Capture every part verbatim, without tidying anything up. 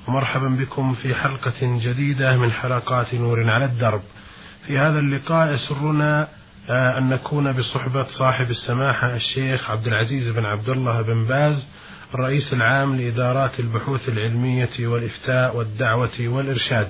ومرحبا بكم في حلقة جديدة من حلقات نور على الدرب. في هذا اللقاء يسرنا أن نكون بصحبة صاحب السماحة الشيخ عبد العزيز بن عبد الله بن باز، الرئيس العام لإدارات البحوث العلمية والإفتاء والدعوة والإرشاد،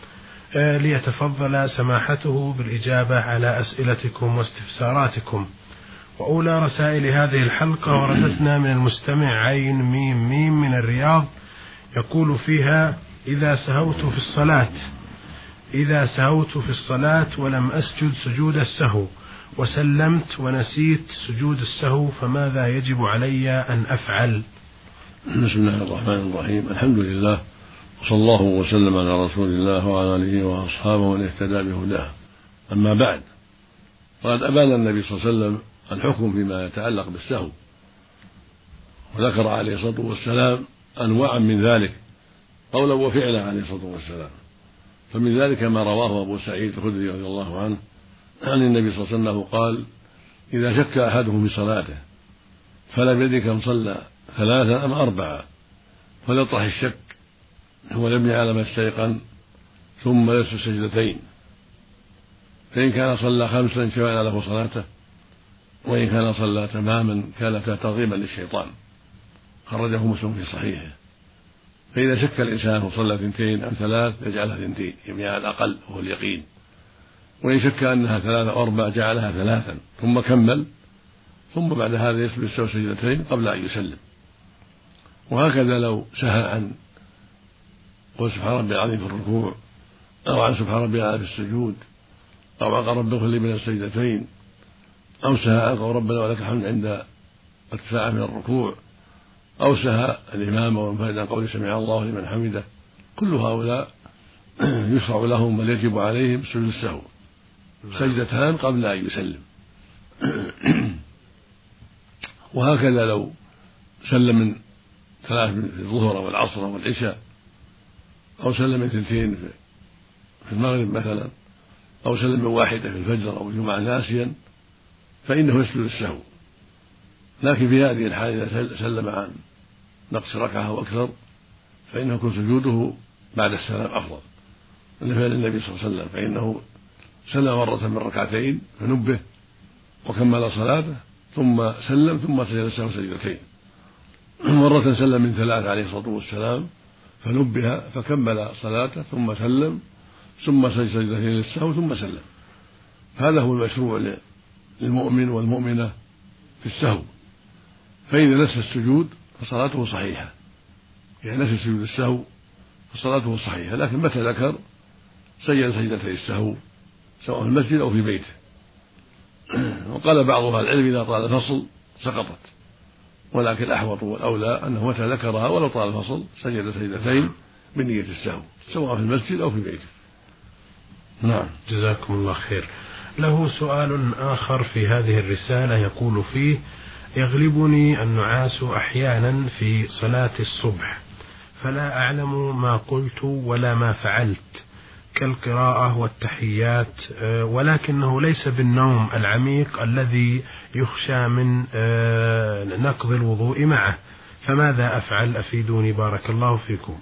ليتفضل سماحته بالإجابة على أسئلتكم واستفساراتكم. وأولى رسائل هذه الحلقة وردتنا من المستمع عين ميم ميم من الرياض، يقول فيها: إذا سهوت في الصلاة إذا سهوت في الصلاة ولم أسجد سجود السهو وسلمت ونسيت سجود السهو، فماذا يجب علي أن أفعل؟ بسم الله الرحمن الرحيم. الحمد لله، وصلى الله وسلم على رسول الله وعلى آله وأصحابه من اهتدى بهداه. أما بعد، فقد أبان النبي صلى الله عليه وسلم الحكم فيما يتعلق بالسهو، وذكر عليه الصلاة والسلام أنواعا من ذلك قولا وفعلا عليه الصلاة والسلام. فمن ذلك ما رواه أبو سعيد الخدري رضي الله عنه عن النبي صلى الله عليه وسلم قال: إذا شك أحدهم في صلاته فلم يدرك كم صلى ثلاثا أم أربعة فليطرح الشك ولم يعلم استيقن ثم يسجد سجدتين، فإن كان صلى خمسا شفعنا له صلاته، وإن كان صلى تماما كانتا ترغيبا للشيطان. خرجه مسلم في صحيحه. فإذا شك الإنسان صلى ثنتين أم ثلاث يجعلها ثنتين، يعني على الأقل وهو اليقين. وإن شك أنها ثلاثة أو أربعة جعلها ثلاثا ثم كمل، ثم بعد هذا يسجد السهو سجدتين قبل أن يسلم. وهكذا لو سهى عن قول سبحان ربي العظيم في الركوع، أو عن سبحان ربي العظيم في السجود، أو عن رب اغفر لي من السجدتين، أو سهى عن قول ربنا ولك الحمد عند ارتفاعه من الركوع، أو سهى الإمام وانفرد عن قول سمع الله لمن حمده، كل هؤلاء يشرع لهم بل يجب عليهم سجود السهو سجدتان قبل أن يسلم. وهكذا لو سلم من ثلاث في الظهر والعصر والعشاء، أو سلم من ثنتين في المغرب مثلا، أو سلم من واحدة في الفجر أو الجمعة ناسيا، فإنه يسجد السهو. لكن في هذه الحال إذا سلم عن نقص ركعة أو أكثر فإنه يكون سجوده بعد السلام أفضل، لفعل النبي صلى الله عليه وسلم، فإنه سلم مرة من ركعتين فنبه وكمل صلاته ثم سلم ثم سجد السهو سجدتين، مرة سلم من ثلاث عليه الصلاة والسلام فنبه فكمل صلاته ثم سلم ثم سجد سجدتين للسهو ثم سلم. هذا هو المشروع للمؤمن والمؤمنة في السهو. فإذا نسي السجود فصلاته صحيحة، يعني نسي سجود السهو فصلاته صحيحة، لكن متى ذكر سجد سجدتي السهو سواء في المسجد أو في بيته. وقال بعض أهل العلم إذا طال الفصل سقطت، ولكن الأحوط والأولى أنه متى ذكرها ولو طال الفصل سجد سجدتين بنية السهو سواء في المسجد أو في بيته. نعم، جزاكم الله خير. له سؤال آخر في هذه الرسالة يقول فيه: يغلبني النعاس أحيانا في صلاة الصبح، فلا أعلم ما قلت ولا ما فعلت كالقراءة والتحيات، ولكنه ليس بالنوم العميق الذي يخشى من نقض الوضوء معه، فماذا أفعل؟ أفيدوني بارك الله فيكم.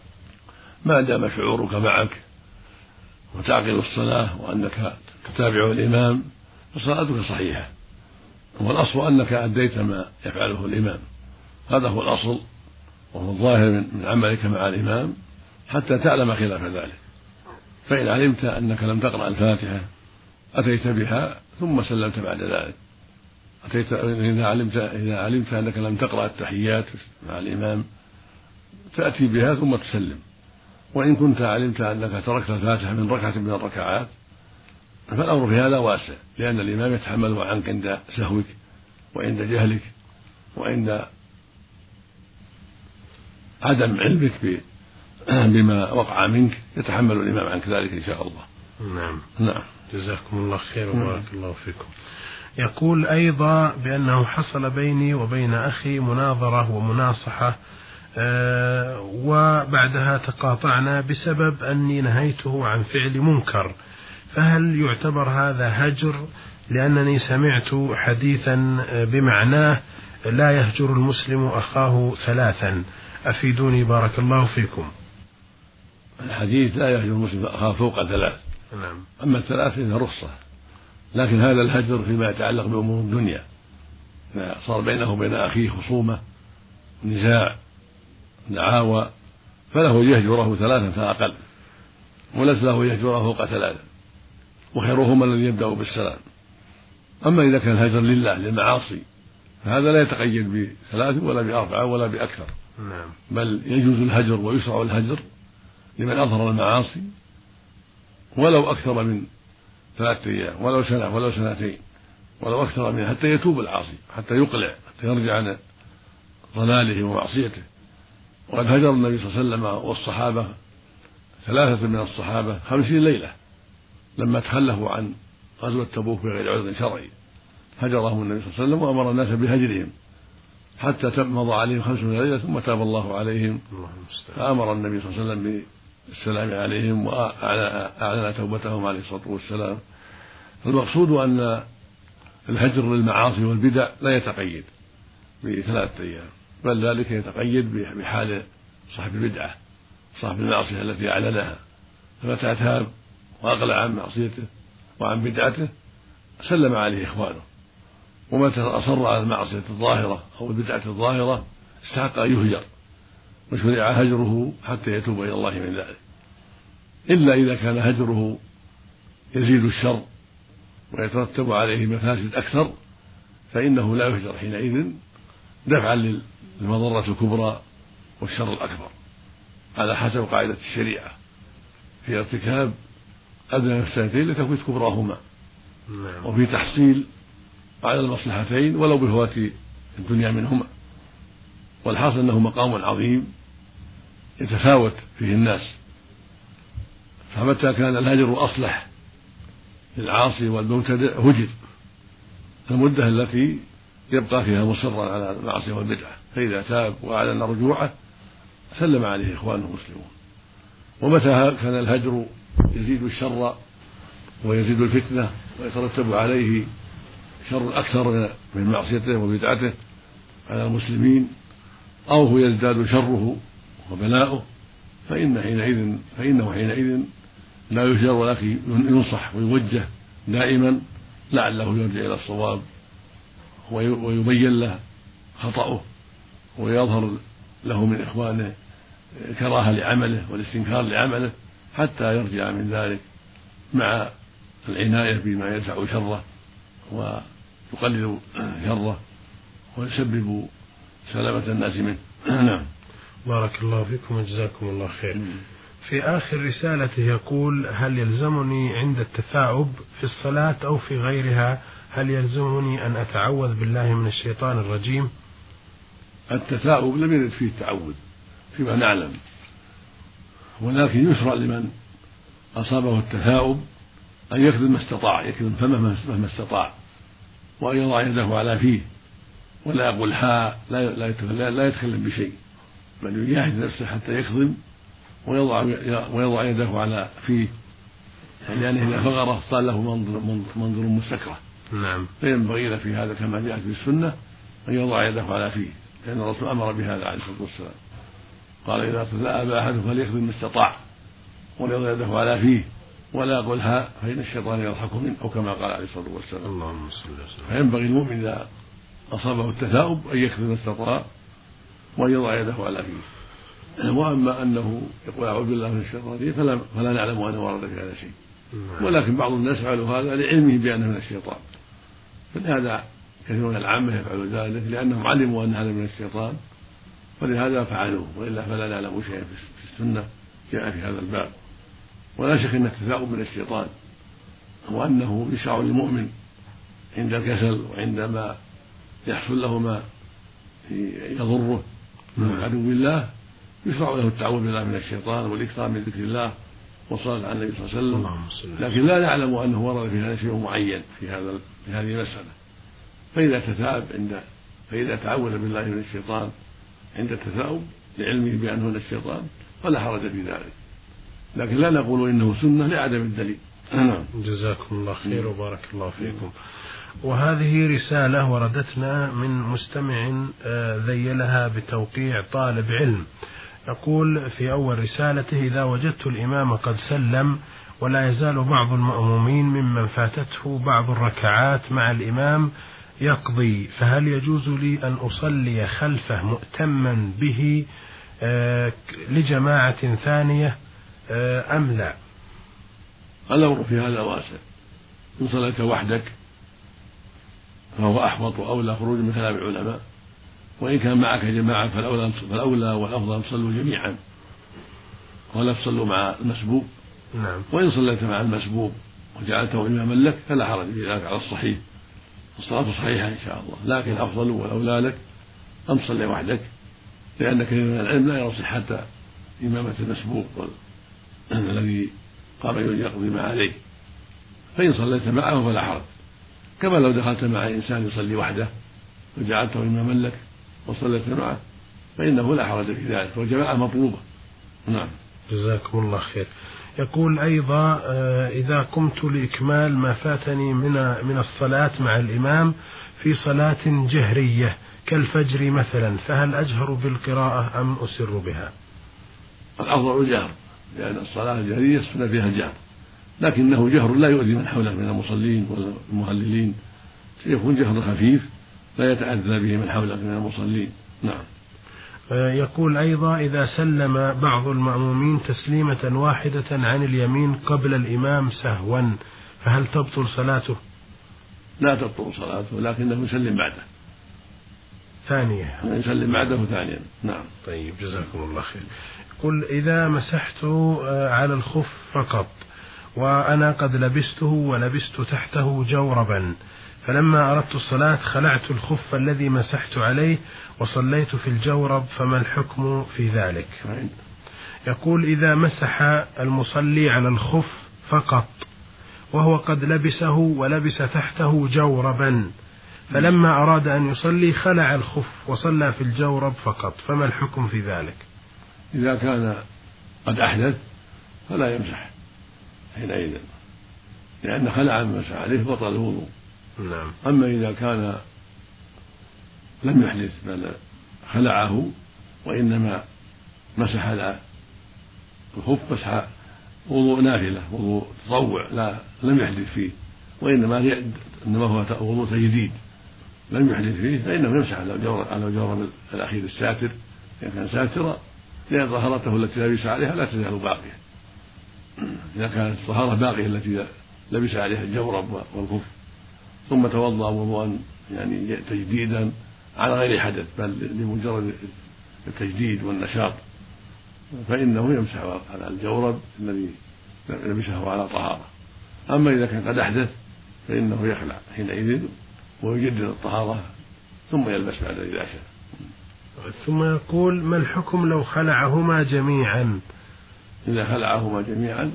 ما دام شعورك معك وتعقل الصلاة وأنك تتابع الإمام فصلاتك صحيحة، والأصل أنك أديت ما يفعله الإمام، هذا هو الأصل وهو الظاهر من عملك مع الإمام حتى تعلم خلاف ذلك. فإن علمت أنك لم تقرأ الفاتحة أتيت بها ثم سلمت بعد ذلك. أتيت إذا علمت إذا علمت أنك لم تقرأ التحيات مع الإمام تأتي بها ثم تسلم. وإن كنت علمت أنك تركت الفاتحة من ركعة من الركعات فالأمر في هذا واسع، لأن الإمام يتحمل عنك عند سهوك وعند جهلك وعند عدم علمك بما وقع منك، يتحمل الإمام عنك ذلك إن شاء الله. نعم نعم، جزاكم الله خير وبارك الله فيكم. يقول أيضا بأنه حصل بيني وبين أخي مناظرة ومناصحة، أه وبعدها تقاطعنا بسبب أني نهيته عن فعل منكر، فهل يعتبر هذا هجر؟ لأنني سمعت حديثا بمعناه: لا يهجر المسلم أخاه ثلاثا. أفيدوني بارك الله فيكم. الحديث لا يهجر المسلم أخاه فوق ثلاث. نعم. أما الثلاث فإنها رخصة، لكن هذا الهجر فيما يتعلق بأمور الدنيا، صار بينه وبين أخيه خصومة نزاع دعاوى فله يهجره ثلاثا فأقل، وليس له يهجره فوق ثلاثة، وخيرهما الذي يبدأ بالسلام. أما إذا كان الهجر لله للمعاصي فهذا لا يتقيد بثلاث ولا بأربعة ولا بأكثر. نعم. بل يجوز الهجر ويشرع الهجر لمن أظهر المعاصي ولو أكثر من ثلاثة أيام، ولو سنة ولو سنتين ولو أكثر منها، حتى يتوب العاصي، حتى يقلع، حتى يرجع عن ضلاله ومعصيته. وقد هجر النبي صلى الله عليه وسلم والصحابة ثلاثة من الصحابة خمسين ليلة لما تخلفوا عن غزوة تبوك بغير عذر شرعي، هجرهم النبي صلى الله عليه وسلم وأمر الناس بهجرهم حتى مضى عليهم خمسون ليلة ثم تاب الله عليهم، فأمر النبي صلى الله عليه وسلم بالسلام عليهم وأعلن توبتهم عليه الصلاة والسلام. المقصود أن الهجر للمعاصي والبدع لا يتقيد بثلاثة أيام، بل ذلك يتقيد بحال صاحب البدعة صاحب المعصية التي أعلنها، فمتى تاب وأقلع عن معصيته وعن بدعته سلم عليه إخوانه، ومتى أصر على المعصية الظاهرة أو البدعة الظاهرة استحق أن يهجر وشرع هجره حتى يتوب إلى الله من ذلك، إلا إذا كان هجره يزيد الشر ويترتب عليه مفاسد أكثر فإنه لا يهجر حينئذ دفعا للمضرة الكبرى والشر الأكبر على حسب قاعدة الشريعة في ارتكاب أدنى مفسدتين لتفويت كبراهما، وفي تحصيل على المصلحتين ولو بفوات الدنيا منهما. والحاصل أنه مقام عظيم يتفاوت فيه الناس، فمتى كان الهجر أصلح للعاصي والمبتدع هجر المدة التي يبقى فيها مصرا على المعصية والبدعة، فإذا تاب وأعلن رجوعه سلم عليه إخوانه المسلمون. ومتى كان الهجر يزيد الشر ويزيد الفتنة ويترتب عليه شر أكثر من معصيته وبدعته على المسلمين أو هو يزداد شره وبلاؤه فإن حينئذ فإنه حينئذ لا يهجر ولكن ينصح ويوجه دائما لعله يرجع إلى الصواب ويبين له خطأه ويظهر له من إخوانه كراهة لعمله والاستنكار لعمله حتى يرجع من ذلك مع العناية بما يدفع شره ويقلل شره ويسبب سلامة الناس منه. نعم. بارك الله فيكم وجزاكم الله خير. في آخر رسالته يقول: هل يلزمني عند التثاؤب في الصلاة أو في غيرها هل يلزمني أن أتعوذ بالله من الشيطان الرجيم؟ التثاؤب لم يرد فيه التعوذ فيما نعلم، ولكن يشرع لمن أصابه التثاؤب أن يكذب ما استطاع، يكذب فمه مهما استطاع، وأن يضع يده على فيه ولا يقول ها، لا, لا, لا يتكلم بشيء، بل يجاهد نفسه حتى يكظم ويضع, ويضع يده على فيه، لأنه إذا فغره صار له منظر, منظر مستكره. نعم. فينبغي له في هذا كما جاءت في السنة أن يضع يده على فيه، لأن الرسول أمر بهذا عليه الصلاة والسلام، قال: إذا تثاءب أحدكم فليكذب ما استطاع وليضع يده على فيه ولا يقول ها فإن الشيطان يضحك منه، أو كما قال عليه الصلاة والسلام. اللهم صل وسلم. فينبغي المؤمن إذا أصابه التثاؤب أن يكذب ما استطاع وأن يضع يده على فيه. وأما أنه يقول أعوذ بالله من الشيطان الرجيم فلا, فلا نعلم أنه ورد في هذا شيء، ولكن بعض الناس يفعل هذا لعلمه بأنه من الشيطان، فلهذا كثير من العامة يفعل ذلك لأنهم علموا أن هذا من الشيطان ولهذا فعلوه، وإلا فلا نعلم شيئا في السنة جاء في هذا الباب. ولا شك أن التثاؤب من الشيطان، وأنه يشرع للمؤمن عند الكسل وعندما يحصل له ما يضره من عدو الله يشرع له التعوذ بالله من الشيطان والإكثار من ذكر الله والصلاة على النبي صلى الله عليه وسلم، لكن لا نعلم أنه ورد في هذا شيء معين في هذا في هذه المسألة. فإذا تثاءب عند فإذا تعوذ بالله من الشيطان عند التثاؤب لعلمه بأنه من الشيطان فلا حرج في ذلك، لكن لا نقول إنه سنة لعدم الدليل. جزاكم الله خير وبارك الله فيكم. وهذه رسالة وردتنا من مستمع ذيلها بتوقيع طالب علم، يقول في أول رسالته: إذا وجدت الإمام قد سلم ولا يزال بعض المأمومين ممن فاتته بعض الركعات مع الإمام يقضي، فهل يجوز لي أن أصلي خلفه مؤتما به آه لجماعة ثانية آه أم لا؟ الأمر في هذا واسع. إن صليت وحدك فهو أحوط وأولى خروج من كلام العلماء، وإن كان معك جماعة فالأولى, فالأولى والأفضل أن تصلوا جميعا ولا تصلوا مع المسبوق. نعم. وإن صليت مع المسبوق وجعلته إماما لك فلا حرج في ذلك على الصحيح، الصلاة صحيحة إن شاء الله، لكن الأفضل والأولى لك أن تصلي وحدك، لأن كثير من العلم لا يرى صحة إمامة المسبوق الذي قام يقضي ما عليه، فإن صليت معه فلا حرج، كما لو دخلت مع إنسان يصلي وحده وجعلته إماما لك وصليت معه فإنه لا حرج في ذلك، والجماعة مطلوبة. نعم. جزاكم الله خير. يقول أيضا: إذا قمت لإكمال ما فاتني من من الصلاة مع الإمام في صلاة جهرية كالفجر مثلا، فهل أجهر بالقراءة أم أسر بها؟ الأفضل الجهر، لأن الصلاة الجهرية السنة فيها الجهر، لكنه جهر لا يؤذي من حولك من المصلين والمهللين، يكون جهر خفيف لا يتأذى به من حولك من المصلين. نعم. يقول أيضا: إذا سلم بعض المأمومين تسليمة واحدة عن اليمين قبل الإمام سهوا فهل تبطل صلاته؟ لا تبطل صلاته، لكنه يسلم بعده ثانية، يسلم بعده ثانيا. نعم. طيب، جزاكم الله خير. يقول: إذا مسحت على الخف فقط وأنا قد لبسته ولبست تحته جوربا، فلما أردت الصلاة خلعت الخف الذي مسحت عليه وصليت في الجورب، فما الحكم في ذلك؟ يقول: إذا مسح المصلي على الخف فقط وهو قد لبسه ولبس تحته جوربا، فلما أراد أن يصلي خلع الخف وصلى في الجورب فقط، فما الحكم في ذلك؟ إذا كان قد أحدث فلا يمسح حينئذ، لأن خلع ما مسح عليه بطل الوضوء. نعم. أما إذا كان لم يحدث بل خلعه وإنما مسح على الخف مسح وضوء نافلة وضوء تطوع لا لم يحدث فيه، وإنما إنما هو وضوء تجديد لم يحدث فيه، فإنه يمسح على الجورب على الجورب الأخير الساتر إذا كان ساترا، لأن طهارته التي لبس عليها لا تزال باقية. إذا كانت الطهارة باقية التي لبس عليها الجورب والخف ثم توضأ وضوءا يعني تجديدا على غير حدث بل لمجرد التجديد والنشاط، فإنه يمسح على الجورب الذي لبسه على طهارة. أما إذا كان قد أحدث فإنه يخلع حينئذ ويجدد الطهارة ثم يلبس بعد إذا شاء. ثم يقول: ما الحكم لو خلعهما جميعا؟ إذا خلعهما جميعا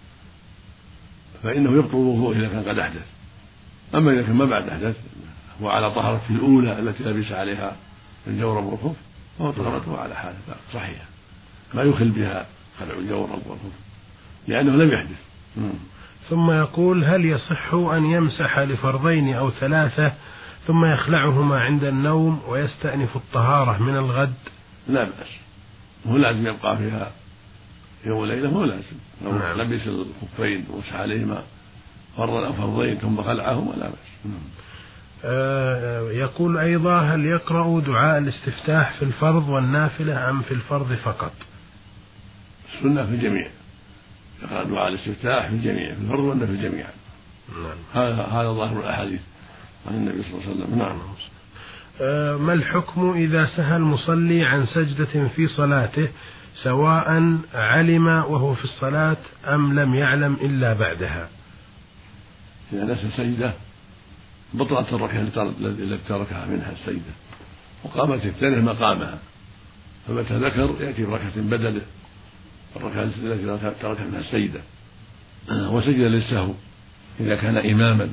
فإنه يبطل الوضوء إذا كان قد أحدث. أما إذا كان ما بعد أحدث وعلى طهارته الأولى التي لبس عليها الجورب والخف فهو طهارته على حالة صحيحة ما يخل بها خلع الجورب والخف لأنه لم يحدث. ثم يقول: هل يصح أن يمسح لفرضين أو ثلاثة ثم يخلعهما عند النوم ويستأنف الطهارة من الغد؟ لا بأس، هو لازم يبقى فيها يوم وليلة، هو لازم لو نعم. لبس الخفين ومسح عليهما فرضا أو فرضين ثم خلعهما لا بأس. آه يقول أيضا: هل يقرأ دعاء الاستفتاح في الفرض والنافلة أم في الفرض فقط؟ السنة في الجميع، يقرأ دعاء الاستفتاح في الجميع في الفرض والنافلة جميعا. نعم. هذا هذا ظاهر الأحاديث عن النبي صلى الله عليه وسلم. نعم. آه ما الحكم إذا سهى المصلي عن سجدة في صلاته سواء علم وهو في الصلاة أم لم يعلم إلا بعدها؟ إذا نسى سجدة بطلت الركعة التي تركها منها السجدة وقامت الثانية مقامها، فمتى ذكر يأتي بركعة بدل الركعة التي تركها منها السجدة وسجد للسهو إذا كان إماما.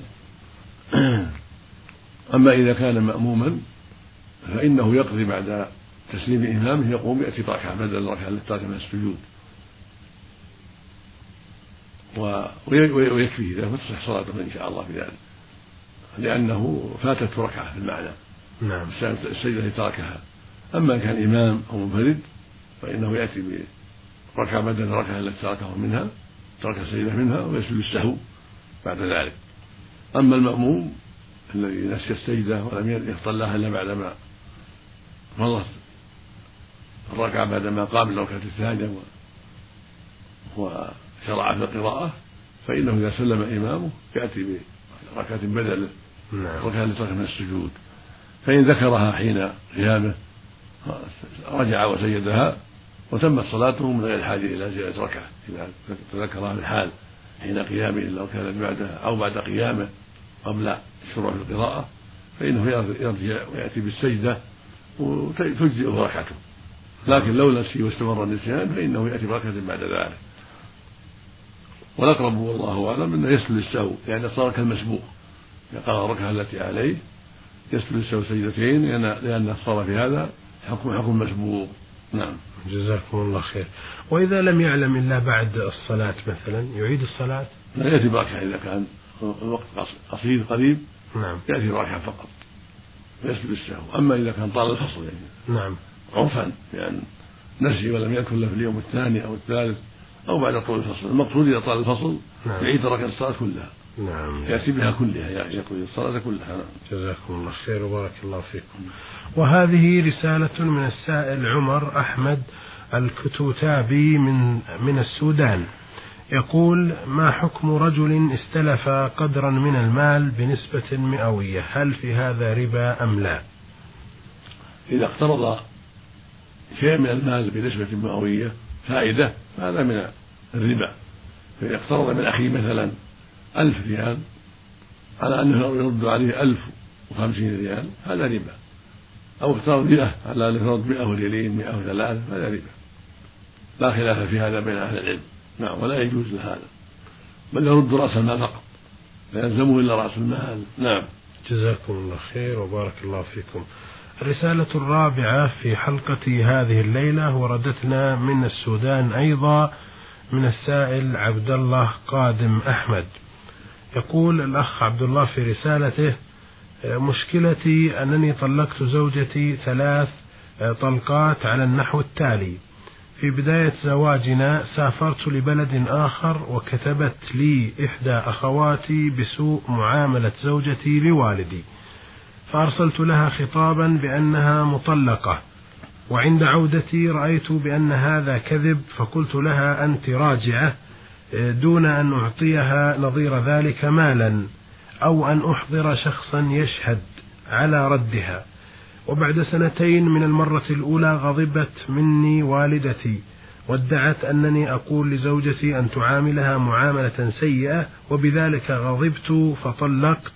أما إذا كان مأموما فإنه يقضي بعد تسليم إمامه يقوم يأتي بركعة بدل الركعة التي تركها من السجود ويكفيه إذا فتصح صلاته إن شاء الله في ذلك، لأنه فاتت ركعة في المعنى. نعم. السجدة التي تركها. أما كان إمام أو منفرد فإنه يأتي بركعة بدل الركعة التي تركه منها ترك سجدة منها ويسجد السهو بعد ذلك. أما المأموم الذي نسي السجدة ولم يصلها إلا بعدما مضت الركعة بعدما قام من الركعة الثانية وشرع في القراءة فإنه إذا سلم إمامه يأتي بركعة بدل الركعة التي ترك من السجود، فإن ذكرها حين قيامه رجع وسجدها وتمت صلاته من غير حاجة إلى زيادة ركعة إذا تذكرها في الحال حين قيامه لو كانت بعده أو بعد قيامه قبل الشروع في القراءة فإنه يرجع ويأتي بالسجدة وتجزئه ركعته، لكن لو نسي واستمر النسيان فإنه يأتي بركعة بعد ذلك. والأقرب والله أعلم أنه يسجد للسهو لأنه صار كالمسبوق يقرأ الركعة التي عليه يسجد للسهو سجدتين لأنه صار في هذا حكم حكم مسبوق. نعم. جزاكم الله خير. وإذا لم يعلم إلا بعد الصلاة مثلا يعيد الصلاة؟ لا، يأتي بركعة إذا كان الوقت قصير قريب. نعم. يأتي بركعة فقط ويسجد للسهو. أما إذا كان طال الفصل يعني نعم عرفا لأن نسي ولم يأكل له في اليوم الثاني أو الثالث أو بعد طول الفصل، المقصود إذا طال الفصل نعم. يعيد ركعة الصلاة كلها. نعم. يأتي بها كلها يقضي الصلاة كلها. نعم. جزاكم الله خير وبارك الله فيكم. وهذه رسالة من السائل عمر أحمد الكتوتابي من من السودان، يقول: ما حكم رجل استلف قدرا من المال بنسبة مئوية، هل في هذا ربا أم لا؟ إذا اقترض شيء من المال بنسبة مئوية فائدة هذا من الربا. فإذا اقترض من أخيه مثلا ألف ريال على أنه يرد عليه ألف وخمسين ريال هذا ربا، أو اقترض مئة على أنه يرد مئة ريالين مئة وثلاثة هذا ربا، لا خلاف في هذا بين أهل العلم. نعم. ولا يجوز لهذا، بل يرد رأس المال فقط لا يلزمه إلا رأس المال. نعم. جزاكم الله خير وبارك الله فيكم. الرسالة الرابعة في حلقة هذه الليلة وردتنا من السودان أيضا من السائل عبد الله قادم أحمد، يقول الأخ عبد الله في رسالته: مشكلتي أنني طلقت زوجتي ثلاث طلقات على النحو التالي: في بداية زواجنا سافرت لبلد آخر وكتبت لي إحدى أخواتي بسوء معاملة زوجتي لوالدي، فأرسلت لها خطابا بأنها مطلقة، وعند عودتي رأيت بأن هذا كذب، فقلت لها أنت راجعة دون أن أعطيها نظير ذلك مالا أو أن أحضر شخصا يشهد على ردها. وبعد سنتين من المرة الأولى غضبت مني والدتي وادعت أنني أقول لزوجتي أن تعاملها معاملة سيئة، وبذلك غضبت فطلقت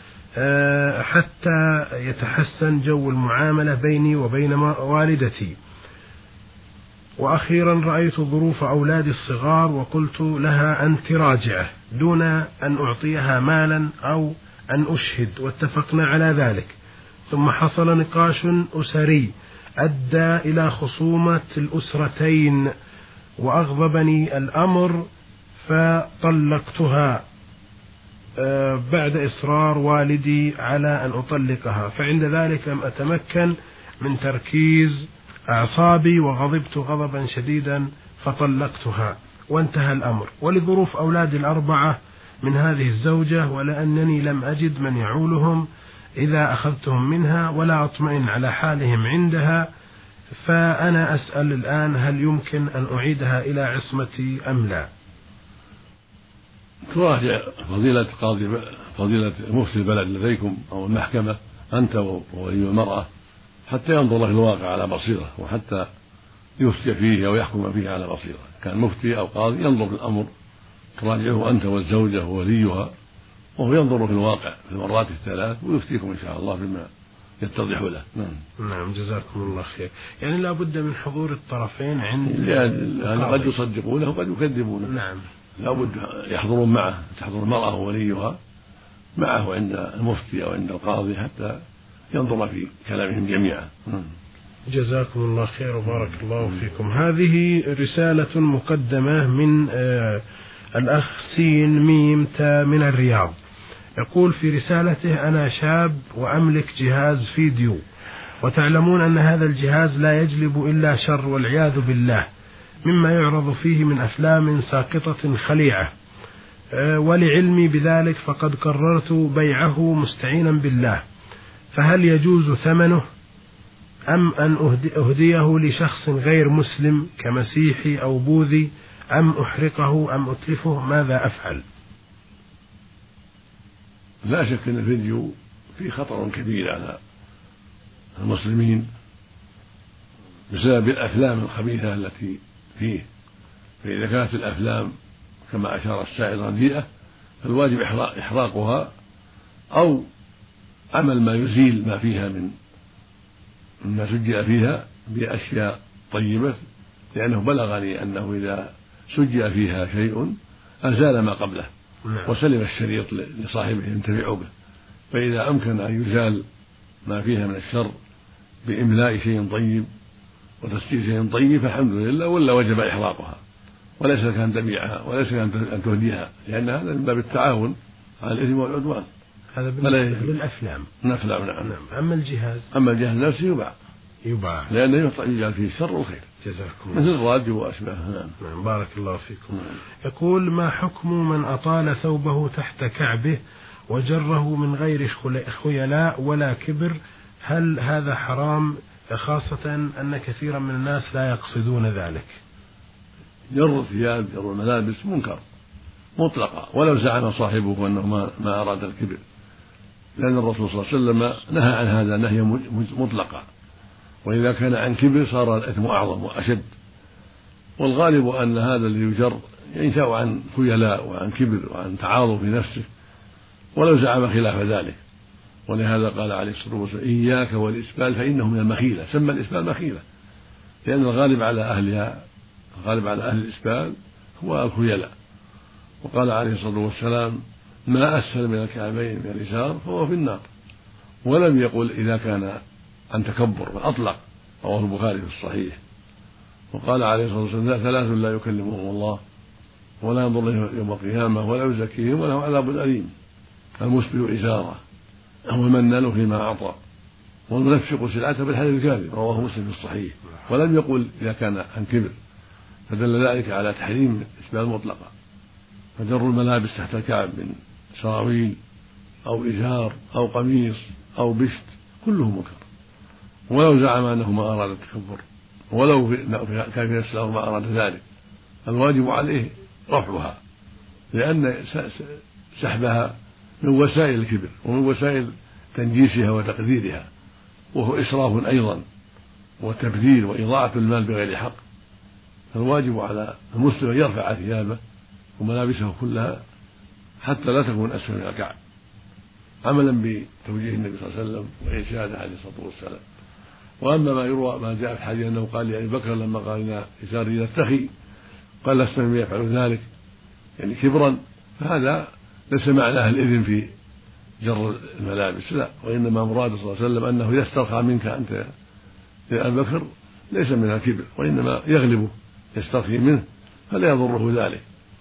حتى يتحسن جو المعاملة بيني وبين والدتي. وأخيرا رأيت ظروف أولادي الصغار وقلت لها أنت راجعة دون أن أعطيها مالا أو أن أشهد، واتفقنا على ذلك. ثم حصل نقاش أسري أدى إلى خصومة الأسرتين وأغضبني الأمر فطلقتها بعد إصرار والدي على أن أطلقها، فعند ذلك لم أتمكن من تركيز أعصابي وغضبت غضبا شديدا فطلقتها وانتهى الأمر. ولظروف أولادي الأربعة من هذه الزوجة ولأنني لم أجد من يعولهم إذا أخذتهم منها ولا أطمئن على حالهم عندها، فأنا أسأل الآن هل يمكن أن أعيدها إلى عصمتي أم لا؟ تراجع فضيلة قاضي فضيلة مفتي البلد لديكم أو المحكمة أنت وولي المرأة حتى ينظر لك الواقع على بصيرة، وحتى يفتي فيه أو يحكم فيه على بصيرة. كان مفتي أو قاضي ينظر في الأمر تراجعه أنت والزوجة ووليها، وهو ينظر في الواقع في المرات الثلاث ويفتيكم إن شاء الله بما يتضح له. نعم. نعم. جزاكم الله خير. يعني لا بد من حضور الطرفين عند يعني قد يصدقونه وقد يكذبونه. نعم. لا بد يحضرون معه، تحضر المرأة ووليها معه عند المفتي أو عند القاضي حتى ينظر في كلامهم جميعا. جزاكم الله خير وبارك الله فيكم. هذه رسالة مقدمة من آه الأخ سين ميم تا من الرياض، يقول في رسالته: أنا شاب وأملك جهاز فيديو وتعلمون أن هذا الجهاز لا يجلب إلا شر والعياذ بالله، مما يعرض فيه من أفلام ساقطة خليعة، ولعلمي بذلك فقد قررت بيعه مستعينا بالله، فهل يجوز ثمنه أم أن أهديه لشخص غير مسلم كمسيحي أو بوذي، أم أحرقه أم أتلفه؟ ماذا أفعل؟ لا شك أن الفيديو فيه خطر كبير على المسلمين بسبب الأفلام الخبيثة التي فيه، فإذا كانت الأفلام كما أشار السائل رديئة فالواجب إحراقها أو عمل ما يزيل ما فيها من مما سجل فيها بأشياء طيبة، لأنه بلغني أنه إذا سجل فيها شيء أزال ما قبله وسلم الشريط لصاحبه ينتفع به، فإذا أمكن أن يزال ما فيها من الشر بإملاء شيء طيب وتسجيل شيء طيب فالحمد لله، ولا وجب إحراقها، وليس لك أن تبيعها وليس لك أن تهديها، لأن هذا من باب التعاون على الإثم والعدوان. هذا بالنسبة للأفلام. نعم نعم. أما الجهاز أما الجهاز نفسه يباع يباع لأنه يجعل فيه الشر والخير. جزاكم الله. مثل الراديو وأشباهه. نعم. نعم بارك الله فيكم. نعم. يقول: ما حكم من أطال ثوبه تحت كعبه وجره من غير خيلاء ولا كبر؟ هل هذا حرام، خاصة أن كثيرا من الناس لا يقصدون ذلك؟ جر الثياب جر الملابس منكر مطلقا، ولو زعم صاحبه أنه ما, ما أراد الكبر، لأن الرسول صلى الله عليه وسلم نهى عن هذا نهيا مطلقا، وإذا كان عن كبر صار الإثم أعظم وأشد. والغالب أن هذا اللي يجر ينشأ عن خيلاء وعن كبر وعن تعاظم في نفسه، ولو زعم خلاف ذلك. ولهذا قال عليه الصلاة والسلام: إياك والإسبال فإنه من المخيلة. سمى الإسبال مخيلة لأن الغالب على أهلها الغالب على أهل الإسبال هو الخيلاء. وقال عليه الصلاة والسلام: ما أسفل من الكعبين من الإزار فهو في النار. ولم يقل إذا كان عن تكبر، فأطلق. رواه البخاري في الصحيح. وقال عليه الصلاة والسلام: ثلاث لا يكلمهم الله ولا ينظر إليهم يوم القيامة ولا يزكيهم ولهم عذاب أليم: المسبل إزاره والمنان فيما أعطى والمنفق سلعته بالحديث الكاذب. رواه مسلم في الصحيح. ولم يقل إذا كان عن كبر، فدل ذلك على تحريم إسبال مطلقا. فجر الملابس تحت الكعب من سراويل أو إزار أو قميص أو بشت كله منكر، ولو زعم أنه ما أراد التكبر، ولو كان في نفسه ما أراد ذلك. الواجب عليه رفعها، لأن سحبها من وسائل الكبر ومن وسائل تنجيسها وتقديرها، وهو إسراف أيضا وتبذير وإضاعة المال بغير حق. فالواجب على المسلم أن يرفع ثيابه وملابسه كلها حتى لا تكون أسفل من الكعب، عملا بتوجيه النبي صلى الله عليه وسلم وإرشاده عليه الصلاة والسلام. وأما ما يروى ما جاء في الحديث أنه قال لأبي بكر لما قال إن إزاري يرتخي قال: لست من يفعل ذلك، يعني كبرا، فهذا ليس معناه الإذن في جر الملابس، لا، وإنما مراد صلى الله عليه وسلم أنه إذا استرخى منك أنت يا أبي بكر ليس من الكبر، وإنما يغلبه يسترخي منه فلا يضره ذلك،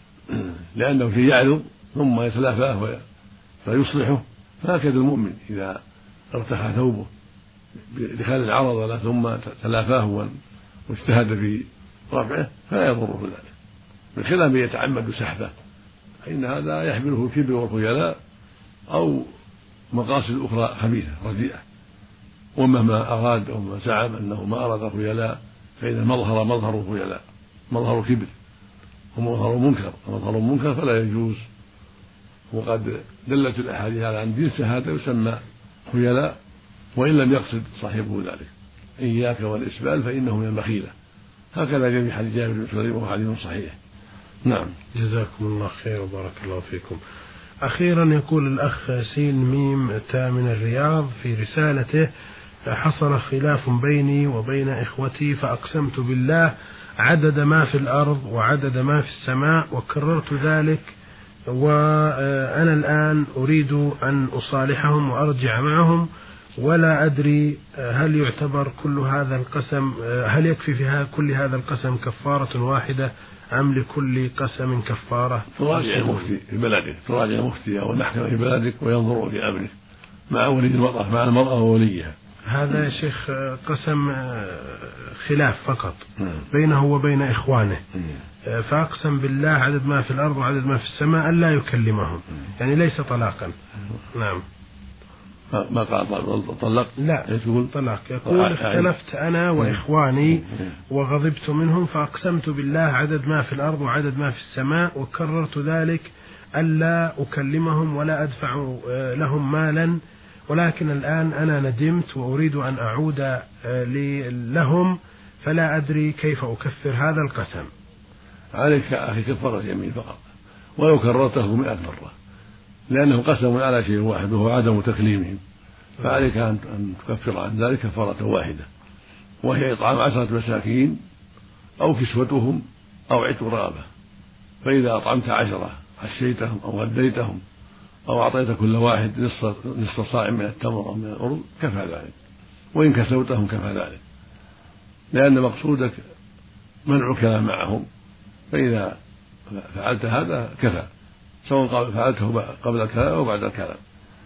لأنه في يعرض ثم يتلافاه فيصلحه. فهكذا المؤمن إذا ارتخى ثوبه بدخال العرض له ثم تلافاه واجتهد في رفعه فلا يضره ذلك، بخلاف من يتعمد سحبه فإن هذا يحمله الكبر والخيلاء أو مقاصد أخرى خبيثة رديئة. ومهما أراد وما زعم أنه ما أراد الخيلاء فإن المظهر مظهر الخيلاء مظهر كبر ومظهر منكر، ومظهر منكر فلا يجوز. وقد دلت الأحاديث على أن جنس هذا يسمى خيلاء وإن لم يقصد صاحبه ذلك: إياك والإسبال فإنه من المخيلة. هكذا جاء في حديث جابر بن سليم وهو حديث صحيح. نعم. جزاكم الله خير وبارك الله فيكم. أخيرا يقول الأخ سين ميم تاء من الرياض في رسالته: حصل خلاف بيني وبين إخوتي فأقسمت بالله عدد ما في الأرض وعدد ما في السماء وكررت ذلك، وأنا الآن أريد أن أصالحهم وأرجع معهم، ولا أدري هل يعتبر كل هذا القسم هل يكفي فيها كل هذا القسم كفارة واحدة أم لكل قسم كفارة؟ تراجع المفتي في بلدك، تراجع المفتي أو المحكمة في بلدك وينظروا في أمرك مع ولي المرأة مع المرأة ووليها، هذا يا شيخ قسم خلاف فقط بينه وبين إخوانه، فأقسم بالله عدد ما في الأرض وعدد ما في السماء ألا يكلمهم، يعني ليس طلاقا. نعم. ما قال طلق؟ لا يقول طلاق. يقول اختلفت أنا وإخواني وغضبت منهم فأقسمت بالله عدد ما في الأرض وعدد ما في السماء، وكررت ذلك ألا أكلمهم ولا أدفع لهم مالا، ولكن الآن أنا ندمت وأريد أن أعود لهم، فلا أدري كيف أكفر هذا القسم. عليك يا أخي كفارة يمين فقط، ولو كررته مئة مرة، لأنه قسم على شيء واحد وهو عدم تكليمهم، فعليك أن تكفر عن ذلك كفارة واحدة، وهي إطعام عشرة مساكين أو كسوتهم أو عتق رقبة. فإذا أطعمت عشرة عشيتهم أو غديتهم أو أعطيت كل واحد نصف, نصف صاع من التمر أو من الأرز كفى ذلك، وإن كسوتهم كفى ذلك، لأن مقصودك منع الكلام معهم، فإذا فعلت هذا كفى، سواء فعلته قبل الكلام أو بعد الكلام.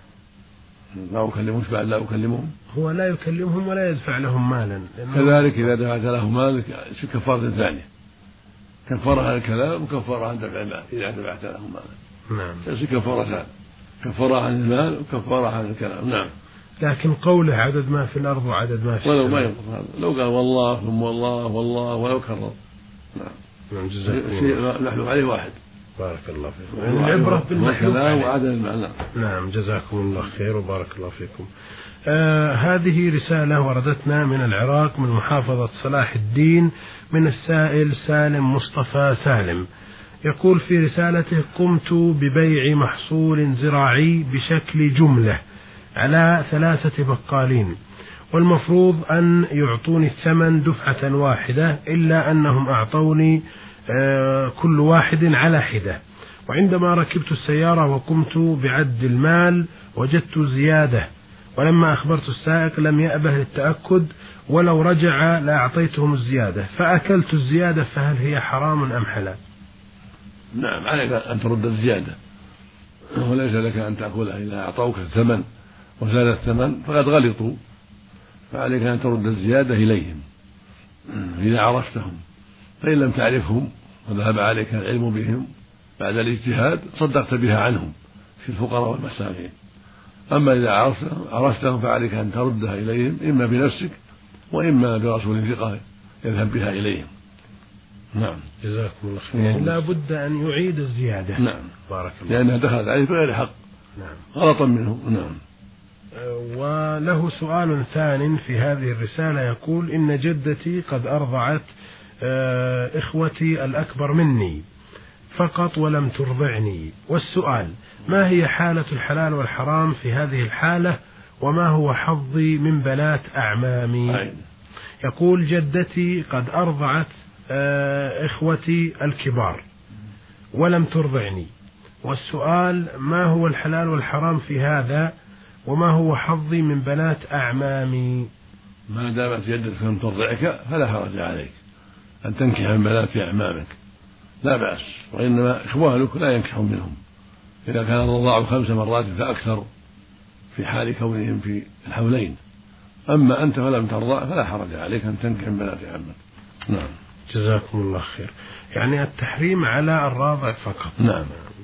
لا أكلمهم بعد لا أكلمهم، هو لا يكلمهم ولا يدفع لهم مالا، كذلك إذا دفعت لهم مال كفارة ثانية، كفارة عن الكلام وكفارة عن دفع المال إذا دفعت لهم مالا. نعم. تأتي كفارتان، كفارة عن المال وكفارة عن الكلام. نعم. لكن قوله عدد ما في الأرض وعدد ما في السماء ولو ما يضر هذا، لو قال والله ثم والله والله ولو كرر. نعم. نعم جزاكم الله. نحن عليه واحد. بارك الله فيكم. يعني العبرة بالمحلوف وعدد المعنى. نعم جزاكم الله خير وبارك الله فيكم. آه هذه رسالة وردتنا من العراق من محافظة صلاح الدين من السائل سالم مصطفى سالم. يقول في رسالته: قمت ببيع محصول زراعي بشكل جملة على ثلاثة بقالين، والمفروض أن يعطوني الثمن دفعة واحدة، إلا أنهم أعطوني آه كل واحد على حدة، وعندما ركبت السيارة وقمت بعد المال وجدت زيادة، ولما أخبرت السائق لم يأبه للتأكد، ولو رجع لأعطيتهم الزيادة، فأكلت الزيادة، فهل هي حرام أم حلال؟ نعم، عليك أن ترد الزيادة، وليس لك أن تأكلها إذا أعطوك الثمن وزاد الثمن فقد غلطوا، فعليك أن ترد الزيادة إليهم إذا عرفتهم، فإن لم تعرفهم وذهب عليك العلم بهم بعد الاجتهاد صدقت بها عنهم في الفقراء والمساكين. أما إذا عرفتهم, عرفتهم فعليك أن تردها إليهم إما بنفسك وإما برسول ثقة يذهب بها إليهم. نعم جزاكم الله خير. يعني لا بد أن يعيد الزيادة. نعم بارك الله، لأنها دخلت عليه بغير حق. نعم غلطا منه. نعم. وله سؤال ثان في هذه الرسالة، يقول: إن جدتي قد أرضعت إخوتي الأكبر مني فقط ولم ترضعني، والسؤال: ما هي حالة الحلال والحرام في هذه الحالة، وما هو حظي من بنات أعمامي؟ أي. يقول: جدتي قد أرضعت إخوتي الكبار ولم ترضعني، والسؤال: ما هو الحلال والحرام في هذا، وما هو حظي من بنات أعمامي؟ ما دامت جدتك لم ترضعك فلا حرج عليك أن تنكح من بنات أعمامك، لا بأس، وإنما إخوانك لا ينكحون منهم إذا كان الرضاع خمس مرات فأكثر في حال كونهم في الحولين. أما أنت فلم ترضع فلا حرج عليك أن تنكح من بنات عمك. نعم جزاكم الله خير. يعني التحريم على الراضع فقط. نعم.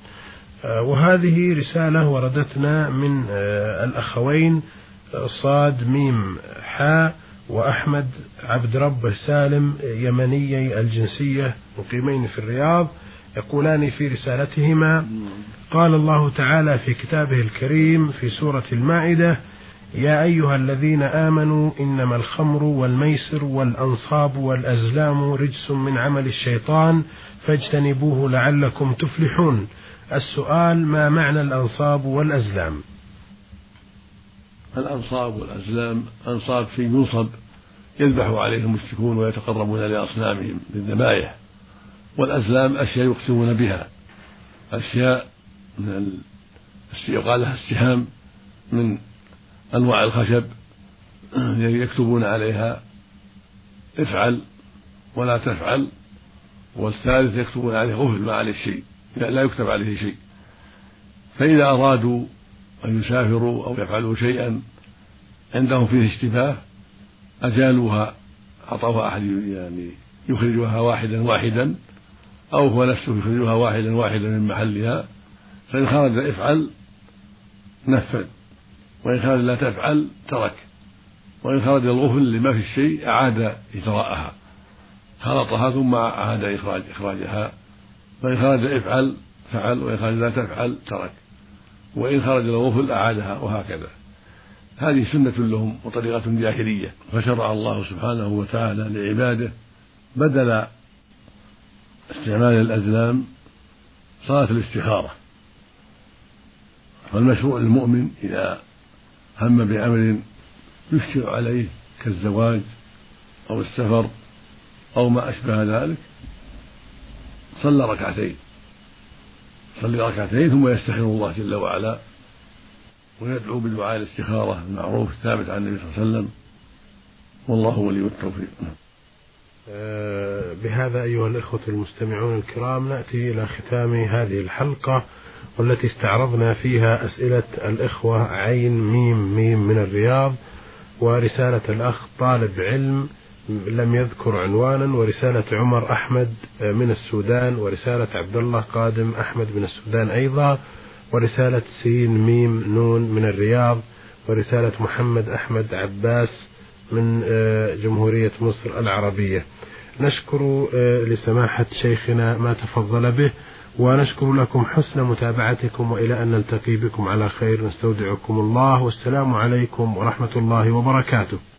وهذه رسالة وردتنا من الأخوين صاد ميم حاء وأحمد عبد رب سالم يمني الجنسية مقيمين في الرياض، يقولان في رسالتهما: قال الله تعالى في كتابه الكريم في سورة المائدة: يا أيها الذين آمنوا إنما الخمر والميسر والأنصاب والأزلام رجس من عمل الشيطان فاجتنبوه لعلكم تفلحون. السؤال: ما معنى الأنصاب والأزلام؟ الأنصاب والأزلام أنصاب شيء ينصب يذبح عليه المشركون ويتقربون لأصنامهم بالذبائح، والأزلام أشياء يقسمون بها، أشياء من يقال لها السهام من أنواع الخشب يكتبون عليها افعل ولا تفعل، والثالث يكتبون عليه غفل ما عليه شيء، لا يكتب عليه شيء. فإذا أرادوا أن يسافروا أو يفعلوا شيئا عندهم فيه اشتباه أجالوها، أعطوها أحد يعني يخرجها واحدا واحدا، أو هو نفسه يخرجها واحدا واحدا من محلها، فإن خرج افعل نفذ، وإن خرج لا تفعل ترك، وإن خرج الغفل لما في الشيء أعاد إجراءها، خلطها ثم أعاد إخراج إخراجها، فإن خرج افعل فعل، وإن خرج لا تفعل ترك، وإن خرج الغفل أعادها، وهكذا. هذه سنة لهم وطريقة جاهلية، فشرع الله سبحانه وتعالى لعباده بدل استعمال الأزلام صلاة الاستخارة. فالمشروع للمؤمن إذا هم بأمر يشكل عليه كالزواج أو السفر أو ما أشبه ذلك صلى ركعتين صلي ركعتين ثم يستخير الله جل وعلا ويدعو بدعاء الاستخارة المعروف الثابت عن النبي صلى الله عليه وسلم، والله ولي التوفيق. بهذا أيها الإخوة المستمعون الكرام نأتي إلى ختام هذه الحلقة، والتي استعرضنا فيها أسئلة الإخوة عين ميم ميم من الرياض، ورسالة الأخ طالب علم لم يذكر عنوانا، ورسالة عمر أحمد من السودان، ورسالة عبد الله قادم أحمد من السودان أيضا، ورسالة سين ميم نون من الرياض، ورسالة محمد أحمد عباس من جمهورية مصر العربية. نشكر لسماحة شيخنا ما تفضل به، ونشكر لكم حسن متابعتكم، وإلى أن نلتقي بكم على خير. نستودعكم الله، والسلام عليكم ورحمة الله وبركاته.